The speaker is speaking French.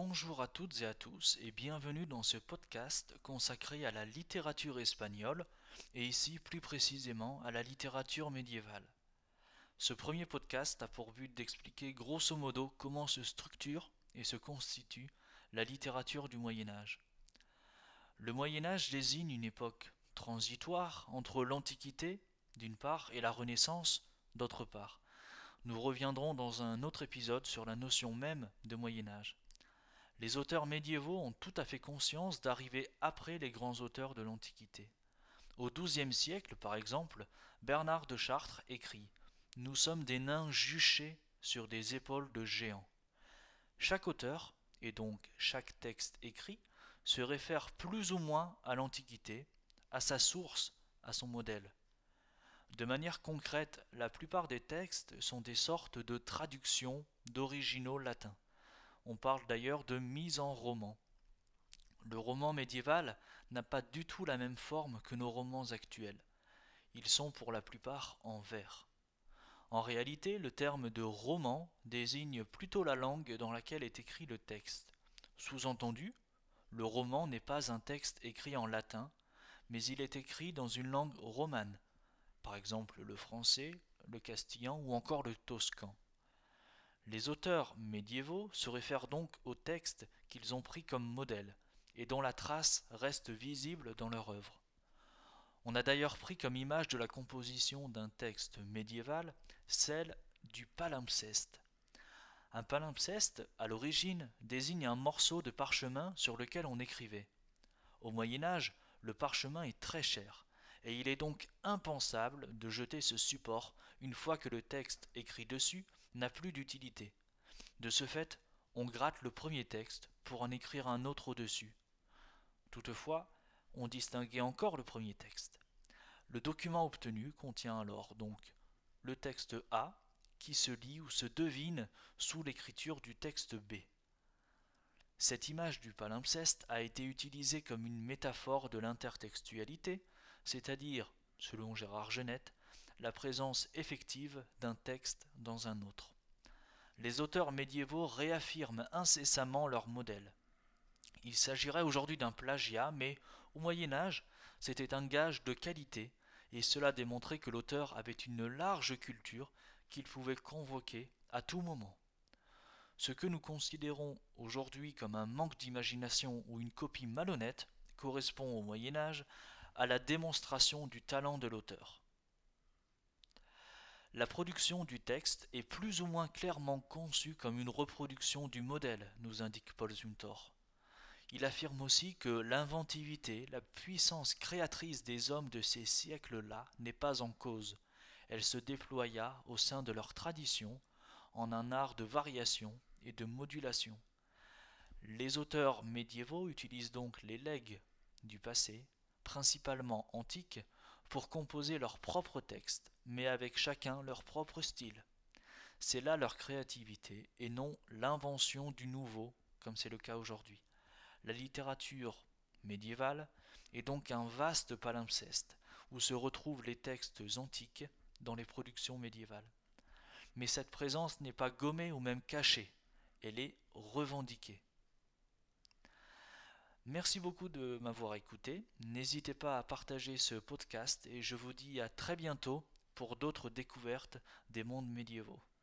Bonjour à toutes et à tous et bienvenue dans ce podcast consacré à la littérature espagnole et ici plus précisément à la littérature médiévale. Ce premier podcast a pour but d'expliquer grosso modo comment se structure et se constitue la littérature du Moyen Âge. Le Moyen Âge désigne une époque transitoire entre l'Antiquité d'une part et la Renaissance d'autre part. Nous reviendrons dans un autre épisode sur la notion même de Moyen Âge. Les auteurs médiévaux ont tout à fait conscience d'arriver après les grands auteurs de l'Antiquité. Au XIIe siècle, par exemple, Bernard de Chartres écrit « Nous sommes des nains juchés sur des épaules de géants ». Chaque auteur, et donc chaque texte écrit, se réfère plus ou moins à l'Antiquité, à sa source, à son modèle. De manière concrète, la plupart des textes sont des sortes de traductions d'originaux latins. On parle d'ailleurs de mise en roman. Le roman médiéval n'a pas du tout la même forme que nos romans actuels. Ils sont pour la plupart en vers. En réalité, le terme de roman désigne plutôt la langue dans laquelle est écrit le texte. Sous-entendu, le roman n'est pas un texte écrit en latin, mais il est écrit dans une langue romane, par exemple le français, le castillan ou encore le toscan. Les auteurs médiévaux se réfèrent donc aux textes qu'ils ont pris comme modèle et dont la trace reste visible dans leur œuvre. On a d'ailleurs pris comme image de la composition d'un texte médiéval celle du palimpseste. Un palimpseste, à l'origine, désigne un morceau de parchemin sur lequel on écrivait. Au Moyen Âge, le parchemin est très cher, et il est donc impensable de jeter ce support une fois que le texte écrit dessus n'a plus d'utilité. De ce fait, on gratte le premier texte pour en écrire un autre au-dessus. Toutefois, on distinguait encore le premier texte. Le document obtenu contient alors donc le texte A qui se lit ou se devine sous l'écriture du texte B. Cette image du palimpseste a été utilisée comme une métaphore de l'intertextualité, c'est-à-dire, selon Gérard Genette, la présence effective d'un texte dans un autre. Les auteurs médiévaux réaffirment incessamment leur modèle. Il s'agirait aujourd'hui d'un plagiat, mais au Moyen Âge, c'était un gage de qualité, et cela démontrait que l'auteur avait une large culture qu'il pouvait convoquer à tout moment. Ce que nous considérons aujourd'hui comme un manque d'imagination ou une copie malhonnête correspond au Moyen Âge à la démonstration du talent de l'auteur. La production du texte est plus ou moins clairement conçue comme une reproduction du modèle, nous indique Paul Zumthor. Il affirme aussi que l'inventivité, la puissance créatrice des hommes de ces siècles-là n'est pas en cause. Elle se déploya au sein de leur tradition en un art de variation et de modulation. Les auteurs médiévaux utilisent donc les legs du passé, principalement antiques, pour composer leurs propres textes, mais avec chacun leur propre style. C'est là leur créativité et non l'invention du nouveau, comme c'est le cas aujourd'hui. La littérature médiévale est donc un vaste palimpseste où se retrouvent les textes antiques dans les productions médiévales. Mais cette présence n'est pas gommée ou même cachée, elle est revendiquée. Merci beaucoup de m'avoir écouté, n'hésitez pas à partager ce podcast et je vous dis à très bientôt pour d'autres découvertes des mondes médiévaux.